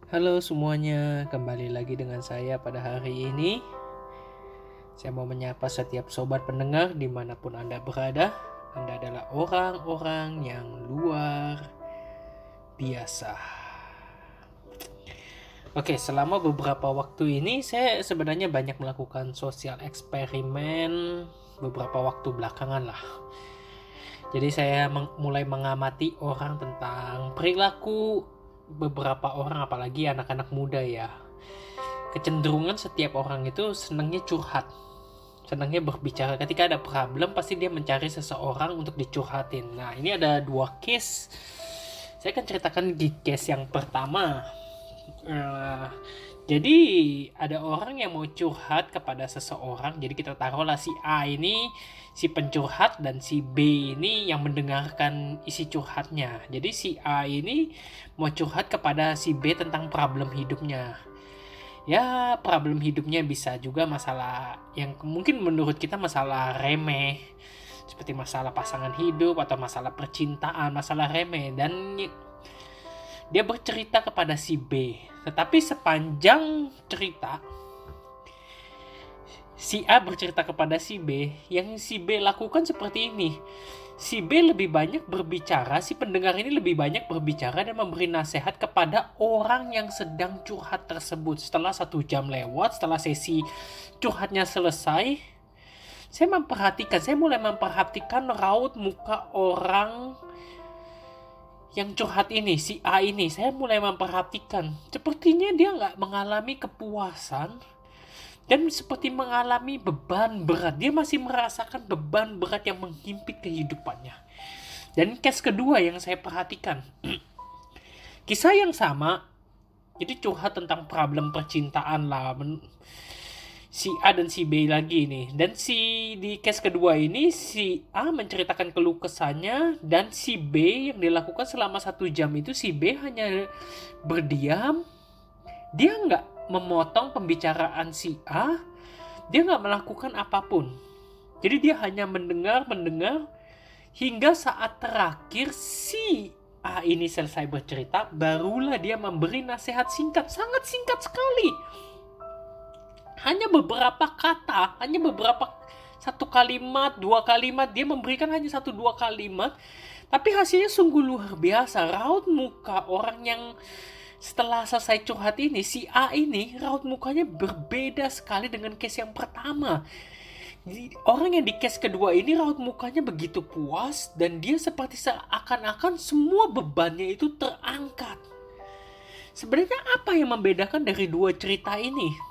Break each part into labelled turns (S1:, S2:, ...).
S1: Halo semuanya, kembali lagi dengan saya pada hari ini. Saya mau menyapa setiap sobat pendengar dimanapun Anda berada. Anda adalah orang-orang yang luar biasa. Oke, selama beberapa waktu ini saya sebenarnya banyak melakukan sosial eksperimen beberapa waktu belakangan lah. Jadi saya mulai mengamati orang tentang perilaku beberapa orang, apalagi anak-anak muda ya. Kecenderungan setiap orang itu senangnya curhat, senangnya berbicara. Ketika ada problem pasti dia mencari seseorang untuk dicurhatin. Nah, ini ada dua case. Saya akan ceritakan di case yang pertama. Uh, jadi ada orang yang mau curhat kepada seseorang. Jadi kita taruhlah si A ini si pencurhat dan si B ini yang mendengarkan isi curhatnya. Jadi si A ini mau curhat kepada si B tentang problem hidupnya. Ya, problem hidupnya bisa juga masalah yang mungkin menurut kita masalah remeh, seperti masalah pasangan hidup atau masalah percintaan, masalah remeh. Dan dia bercerita kepada si B, tetapi sepanjang cerita si A bercerita kepada si B, yang si B lakukan seperti ini. Si B lebih banyak berbicara, si pendengar ini lebih banyak berbicara dan memberi nasihat kepada orang yang sedang curhat tersebut. Setelah 1 jam lewat, setelah sesi curhatnya selesai, saya mulai memperhatikan raut muka orang yang curhat ini, si A ini. Saya mulai memperhatikan, sepertinya dia nggak mengalami kepuasan dan seperti mengalami beban berat. Dia masih merasakan beban berat yang menghimpit kehidupannya. Dan case kedua yang saya perhatikan, kisah yang sama, jadi curhat tentang problem percintaan lah, si A dan si B lagi nih. Dan di case kedua ini si A menceritakan keluh kesahnya, dan si B yang dilakukan selama 1 jam itu, si B hanya berdiam. Dia nggak memotong pembicaraan si A, dia nggak melakukan apapun. Jadi dia hanya mendengar hingga saat terakhir si A ini selesai bercerita, barulah dia memberi nasihat singkat, sangat singkat sekali. Hanya beberapa kata, hanya beberapa, 1 kalimat, 2 kalimat, dia memberikan hanya 1-2 kalimat, tapi hasilnya sungguh luar biasa. Raut muka orang yang setelah selesai curhat ini, si A ini raut mukanya berbeda sekali dengan case yang pertama. Jadi, orang yang di case kedua ini raut mukanya begitu puas dan dia seperti seakan-akan semua bebannya itu terangkat. Sebenarnya apa yang membedakan dari dua cerita ini?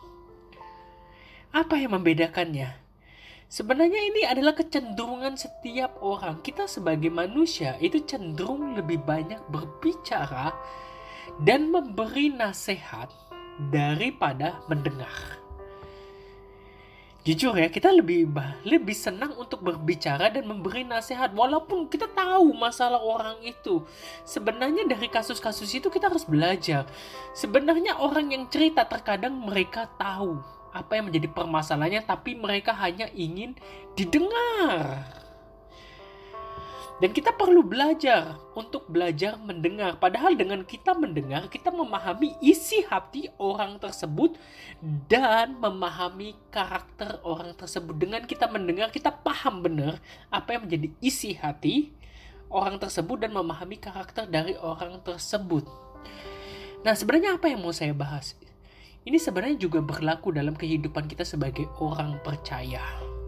S1: Apa yang membedakannya? Sebenarnya ini adalah kecenderungan setiap orang. Kita sebagai manusia itu cenderung lebih banyak berbicara dan memberi nasihat daripada mendengar. Jujur ya, kita lebih senang untuk berbicara dan memberi nasihat, walaupun kita tahu masalah orang itu. Sebenarnya dari kasus-kasus itu kita harus belajar. Sebenarnya orang yang cerita terkadang mereka tahu apa yang menjadi permasalahannya, tapi mereka hanya ingin didengar. Dan kita perlu belajar untuk belajar mendengar. Padahal dengan kita mendengar, kita memahami isi hati orang tersebut dan memahami karakter orang tersebut. Dengan kita mendengar, kita paham benar apa yang menjadi isi hati orang tersebut dan memahami karakter dari orang tersebut. Nah, sebenarnya apa yang mau saya bahas? Ini sebenarnya juga berlaku dalam kehidupan kita sebagai orang percaya.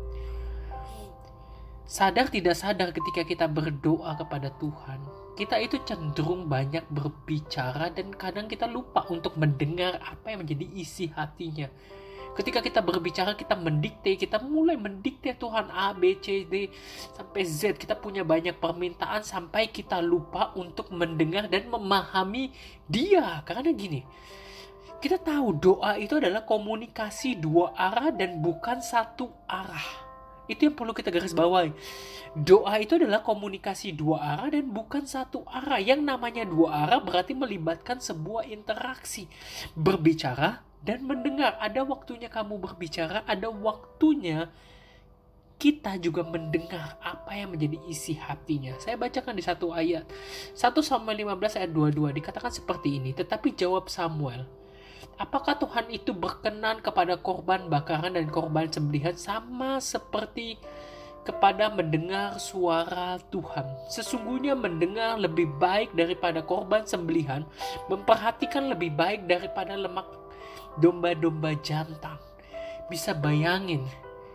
S1: Sadar tidak sadar ketika kita berdoa kepada Tuhan, kita itu cenderung banyak berbicara dan kadang kita lupa untuk mendengar apa yang menjadi isi hatinya. Ketika kita berbicara, kita mulai mendikte Tuhan A, B, C, D, sampai Z. Kita punya banyak permintaan sampai kita lupa untuk mendengar dan memahami dia. Karena gini, kita tahu doa itu adalah komunikasi 2 arah dan bukan 1 arah. Itu yang perlu kita garis bawahi. Doa itu adalah komunikasi 2 arah dan bukan 1 arah. Yang namanya 2 arah berarti melibatkan sebuah interaksi. Berbicara dan mendengar. Ada waktunya kamu berbicara, ada waktunya kita juga mendengar apa yang menjadi isi hatinya. Saya bacakan di satu ayat. 1 Samuel 15 ayat 22 dikatakan seperti ini. Tetapi jawab Samuel, apakah Tuhan itu berkenan kepada korban bakaran dan korban sembelihan sama seperti kepada mendengar suara Tuhan? Sesungguhnya mendengar lebih baik daripada korban sembelihan, memperhatikan lebih baik daripada lemak domba-domba jantan. Bisa bayangin,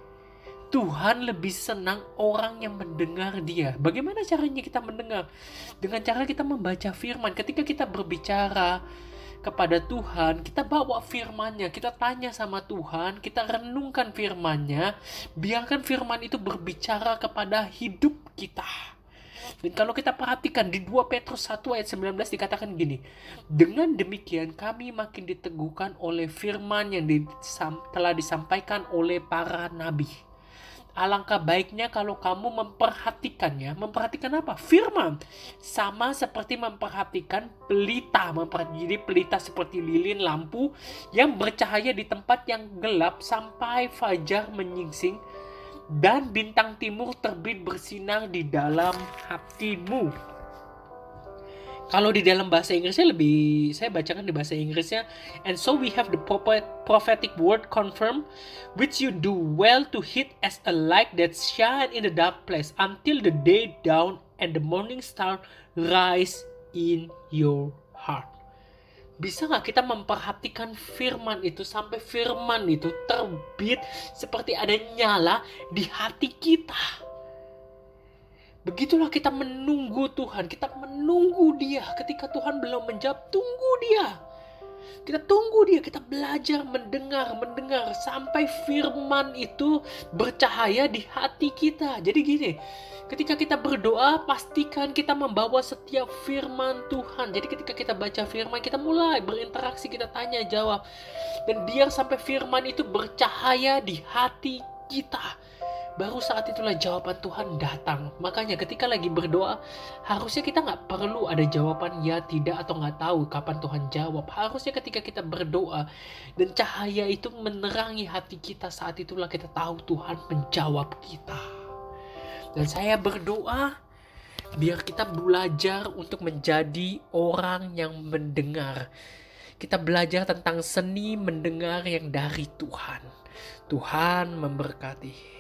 S1: Tuhan lebih senang orang yang mendengar Dia. Bagaimana caranya kita mendengar? Dengan cara kita membaca firman. Ketika kita berbicara kepada Tuhan, kita bawa firman-Nya, kita tanya sama Tuhan, kita renungkan firman-Nya, biarkan firman itu berbicara kepada hidup kita. Dan kalau kita perhatikan di 2 Petrus 1 ayat 19 dikatakan gini, dengan demikian kami makin diteguhkan oleh firman yang telah disampaikan oleh para nabi. Alangkah baiknya kalau kamu memperhatikannya. Memperhatikan apa? Firman. Sama seperti memperhatikan pelita. Jadi pelita seperti lilin lampu yang bercahaya di tempat yang gelap sampai fajar menyingsing dan bintang timur terbit bersinar di dalam hatimu. Kalau di dalam bahasa Inggrisnya saya bacakan di bahasa Inggrisnya. And so we have the prophetic word confirm, which you do well to heed as a light that shine in the dark place until the day dawn and the morning star rise in your heart. Bisa gak kita memperhatikan firman itu sampai firman itu terbit seperti ada nyala di hati kita? Begitulah kita menunggu Tuhan, kita menunggu Dia. Ketika Tuhan belum menjawab, tunggu Dia. Kita tunggu Dia, kita belajar mendengar sampai firman itu bercahaya di hati kita. Jadi gini, ketika kita berdoa, pastikan kita membawa setiap firman Tuhan. Jadi ketika kita baca firman, kita mulai berinteraksi, kita tanya jawab. Dan biar sampai firman itu bercahaya di hati kita. Baru saat itulah jawaban Tuhan datang. Makanya ketika lagi berdoa, harusnya kita gak perlu ada jawaban ya, tidak, atau gak tahu kapan Tuhan jawab. Harusnya ketika kita berdoa dan cahaya itu menerangi hati kita, saat itulah kita tahu Tuhan menjawab kita. Dan saya berdoa biar kita belajar untuk menjadi orang yang mendengar. Kita belajar tentang seni mendengar yang dari Tuhan. Tuhan memberkati.